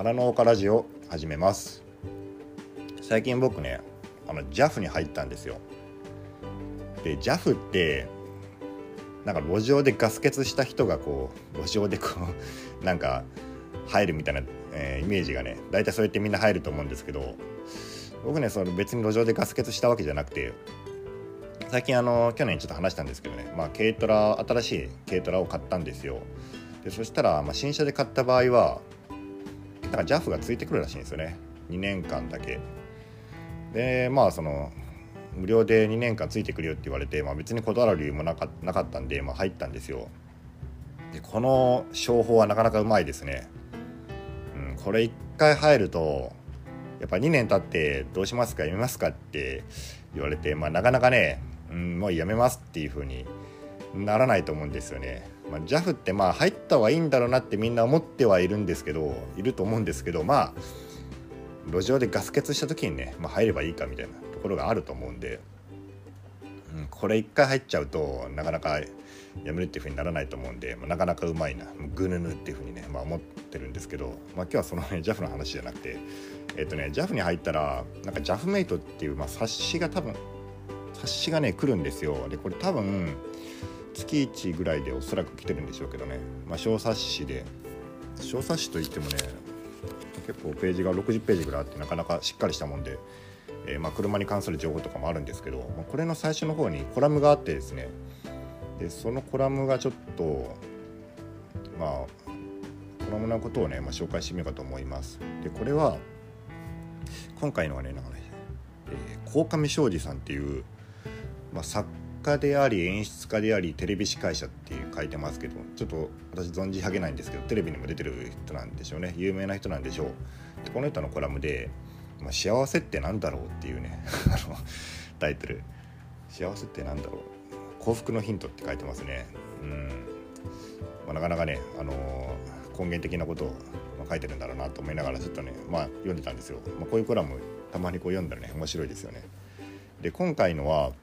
花の丘ラジオ始めます。最近僕ねJAF に入ったんですよ。で JAF ってなんか路上でガス欠した人がこう路上でこうなんか入るみたいな、イメージがね大体そうやってみんな入ると思うんですけど、僕ねその別に路上でガス欠したわけじゃなくて、最近去年ちょっと話したんですけどね、軽トラ新しい軽トラを買ったんですよ。でそしたら、新車で買った場合はなんか JAF がついてくるらしいんですよね、2年間だけで。その無料で2年間ついてくるよって言われて、別に断る理由もなかったんで、入ったんですよ。でこの商法はなかなかうまいですね。これ1回入るとやっぱ2年経ってどうしますかやめますかって言われて、なかなかね、もうやめますっていう風にならないと思うんですよね。JAF って入った方がいいんだろうなってみんな思ってはいると思うんですけど、路上でガス欠した時にね、入ればいいかみたいなところがあると思うんで、これ一回入っちゃうとなかなかやめるっていう風にならないと思うんで、なかなかうまいなぐぬぬっていう風にね、思ってるんですけど、今日はそのね JAF の話じゃなくてJAF に入ったらなんか JAF メイトっていう、冊子がね来るんですよ。でこれ多分月1ぐらいでおそらく来てるんでしょうけどね、小冊子といってもね結構ページが60ページぐらいあって、なかなかしっかりしたもんで、車に関する情報とかもあるんですけど、これの最初の方にコラムがあってですね、でそのコラムがちょっとコラムのことをね、紹介してみようかと思います。でこれは今回のはね鴻上尚史さんっていう、作家であり演出家でありテレビ司会者っていう書いてますけど、ちょっと私存じ上げないんですけど、テレビにも出てる人なんでしょうね、有名な人なんでしょう。でこの人のコラムで、幸せってなんだろうっていうねタイトル、幸せってなんだろう、幸福のヒントって書いてますね。なかなかね、根源的なことを書いてるんだろうなと思いながらちょっとね、読んでたんですよ。こういうコラムたまにこう読んだらね面白いですよね。で今回のは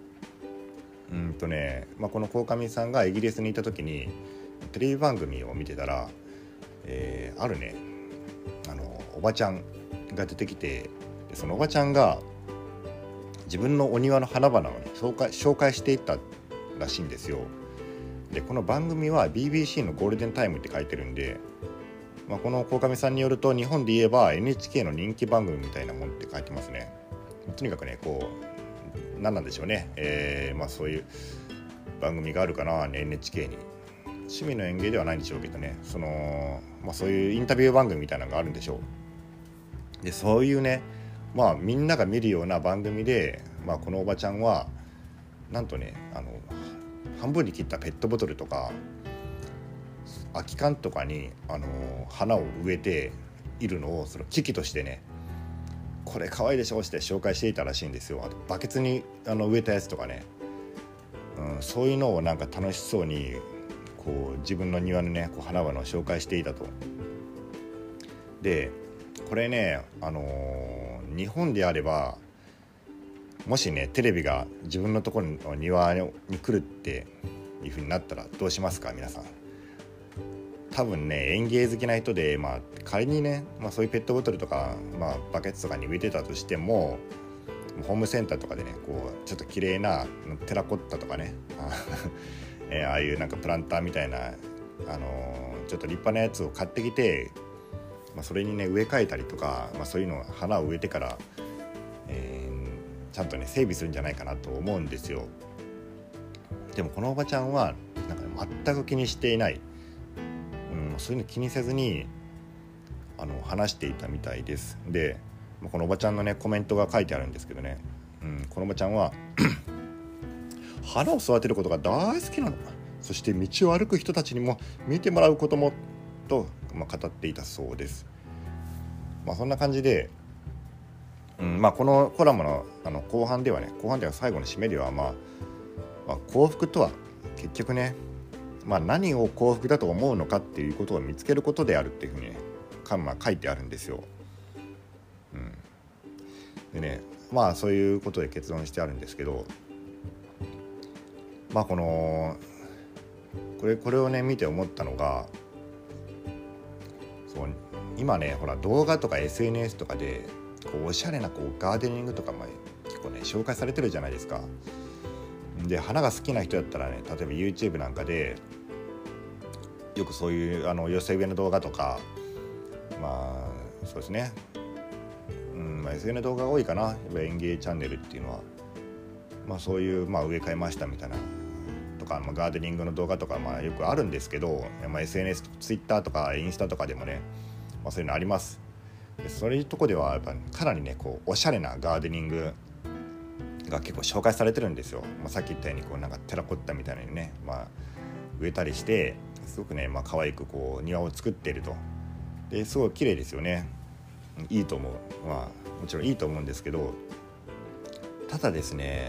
この鴻上さんがイギリスにいた時にテレビ番組を見てたら、あるねおばちゃんが出てきて、でそのおばちゃんが自分のお庭の花々を、紹介していったらしいんですよ。でこの番組は BBC のゴールデンタイムって書いてるんで、この鴻上さんによると日本で言えば NHK の人気番組みたいなもんって書いてますね。とにかくね何なんでしょうね、そういう番組があるかな、NHK に。趣味の園芸ではないんでしょうけどね、そういうインタビュー番組みたいなのがあるんでしょう。でそういうね、みんなが見るような番組で、このおばちゃんはなんとね半分に切ったペットボトルとか空き缶とかに、花を植えているのをその機器としてね、これ可愛いでしょって紹介していたらしいんですよ。あとバケツに植えたやつとかね、そういうのをなんか楽しそうに自分の庭のね花々を紹介していたと。でこれね、日本であればもしねテレビが自分のところの庭に来るっていう風になったらどうしますか皆さん。多分ね園芸好きな人で、仮にね、そういうペットボトルとか、バケツとかに植えてたとしても、ホームセンターとかでねちょっと綺麗なテラコッタとかねああいうなんかプランターみたいなちょっと立派なやつを買ってきて、それにね植え替えたりとか、そういうの花を植えてから、ちゃんとね整備するんじゃないかなと思うんですよ。でもこのおばちゃんはなんか、全く気にしていない、そういうの気にせずに話していたみたいです。でこのおばちゃんのねコメントが書いてあるんですけどね、このおばちゃんは花を育てることが大好きなの、そして道を歩く人たちにも見てもらうこともと、語っていたそうです。そんな感じで、このコラムの、後半では最後の締めでは、幸福とは結局ね、何を幸福だと思うのかっていうことを見つけることであるっていうふうにね書いてあるんですよ。でねそういうことで結論してあるんですけど、これをね見て思ったのが、 今ねほら動画とか SNS とかでこうおしゃれなこうガーデニングとかも結構ね紹介されてるじゃないですか。で花が好きな人だったらね、例えば YouTube なんかでよくそういう寄せ植えの動画とか、まあそうですね、寄せ植えの動画が多いかな、園芸チャンネルっていうのは。そういう、植え替えましたみたいなとか、ガーデニングの動画とかよくあるんですけど、SNS、Twitter とかインスタとかでもね、そういうのあります。でそういうとこではやっぱかなりねこうおしゃれなガーデニングが結構紹介されてるんですよ。さっき言ったようにこうなんかテラコッタみたいにね、植えたりしてすごくね、可愛くこう庭を作っていると。ですごい綺麗ですよね。いいと思う。もちろんいいと思うんですけど、ただですね、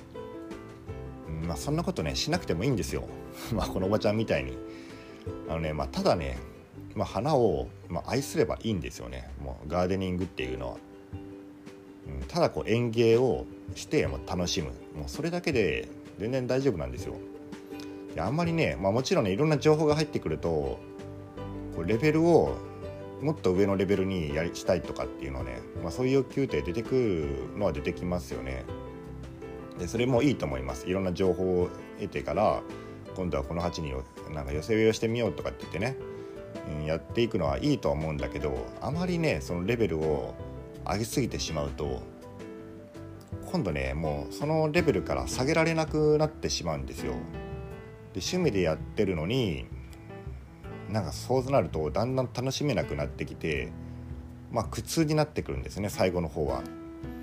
そんなことねしなくてもいいんですよ。このおばちゃんみたいにただね、花を、愛すればいいんですよね。もうガーデニングっていうのは、ただこう園芸をして楽しむ、もうそれだけで全然大丈夫なんですよ。あんまりね、もちろんねいろんな情報が入ってくるとこうレベルをもっと上のレベルにしたいとかっていうのはね、そういう欲求って出てくるのは出てきますよね。でそれもいいと思います。いろんな情報を得てから今度はこの鉢になんか寄せ植えをしてみようとかって言ってね、やっていくのはいいとは思うんだけど、あまりねそのレベルを上げすぎてしまうと今度ねもうそのレベルから下げられなくなってしまうんですよ。で趣味でやってるのになんかそうなるとだんだん楽しめなくなってきて、苦痛になってくるんですね、最後の方は。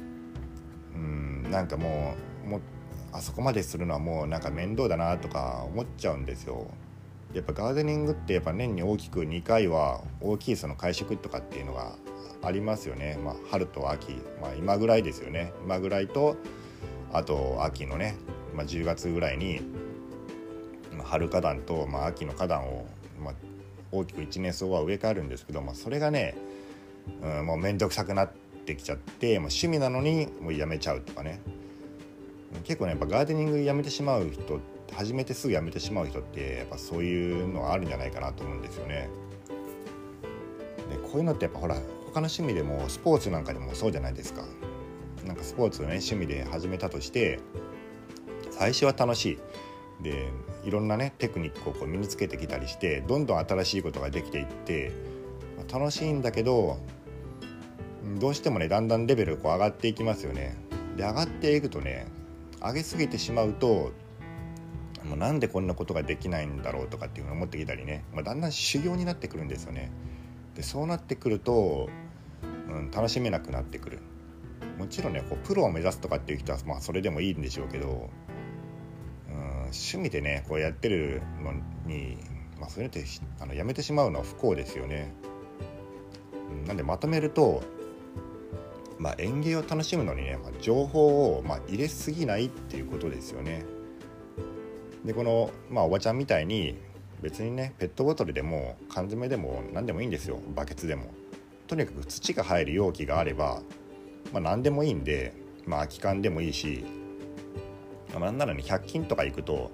なんかもうあそこまでするのはもうなんか面倒だなとか思っちゃうんですよ。やっぱガーデニングってやっぱ年に大きく2回は大きいその会食とかっていうのがありますよね。春と秋、今ぐらいですよね。今ぐらいとあと秋のね、10月ぐらいに春花壇と、秋の花壇を、大きく一年草は植え替えるんですけど、それがね、もうめんどくさくなってきちゃって、趣味なのにもうやめちゃうとかね。結構ねやっぱガーデニングやめてしまう人、始めてすぐやめてしまう人ってやっぱそういうのがあるんじゃないかなと思うんですよね。でこういうのってやっぱほら他の趣味でもスポーツなんかでもそうじゃないですか。なんかスポーツをね趣味で始めたとして最初は楽しいでいろんなねテクニックをこう身につけてきたりしてどんどん新しいことができていって楽しいんだけど、どうしてもねだんだんレベルこう上がっていきますよね。で上がっていくとね、上げすぎてしまうともうなんでこんなことができないんだろうとかっていうのを思ってきたりね、だんだん修行になってくるんですよね。でそうなってくると、楽しめなくなってくる。もちろんねこうプロを目指すとかっていう人はそれでもいいんでしょうけど、趣味でねこうやってるのに、それってやめてしまうのは不幸ですよね。なんでまとめると、園芸を楽しむのにね、情報を入れすぎないっていうことですよね。でこの、おばちゃんみたいに別にねペットボトルでも缶詰でも何でもいいんですよ。バケツでもとにかく土が入る容器があれば、何でもいいんで、空き缶でもいいし、なんならね100均とか行くと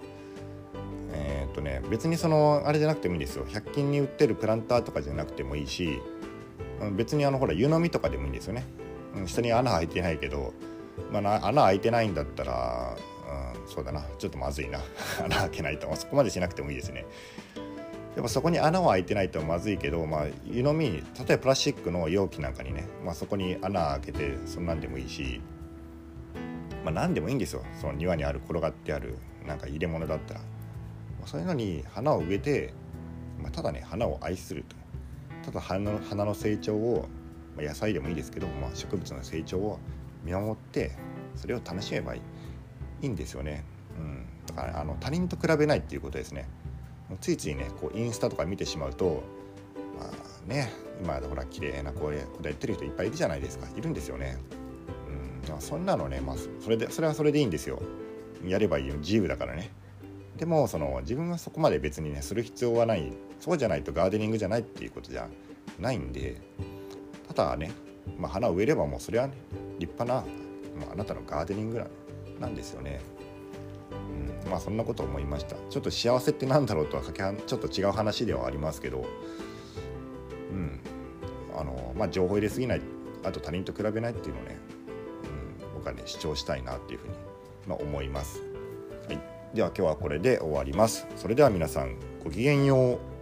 別にそのあれじゃなくてもいいんですよ。100均に売ってるプランターとかじゃなくてもいいし、別にほら湯飲みとかでもいいんですよね。下に穴開いてないけど、穴開いてないんだったら、そうだなちょっとまずいな穴開けないと、そこまでしなくてもいいですね。やっぱそこに穴は開いてないとまずいけど、湯飲み例えばプラスチックの容器なんかにね、そこに穴開けてそんなんでもいいし、何でもいいんですよ。その庭にある転がってあるなんか入れ物だったら、そういうのに花を植えて、ただね花を愛すると、ただ花の成長を、野菜でもいいですけど、植物の成長を見守ってそれを楽しめばいいんですよね。だから他人と比べないっていうことですね。ついついねこうインスタとか見てしまうと、今ほら綺麗なこれやってる人いっぱいいるじゃないですか。いるんですよね。そんなのね、それはそれでいいんですよ。やればいいよ、自由だからね。でも自分はそこまで別にねする必要はない。そうじゃないとガーデニングじゃないっていうことじゃないんで、ただね、花を植えればもうそれは、ね、立派な、あなたのガーデニングなんですよね。そんなこと思いました。ちょっと幸せってなんだろうとはちょっと違う話ではありますけど、 情報入れすぎない、あと他人と比べないっていうのをね、僕はね主張したいなっていうふうに、思います。はい、では今日はこれで終わります。それでは皆さんごきげんよう。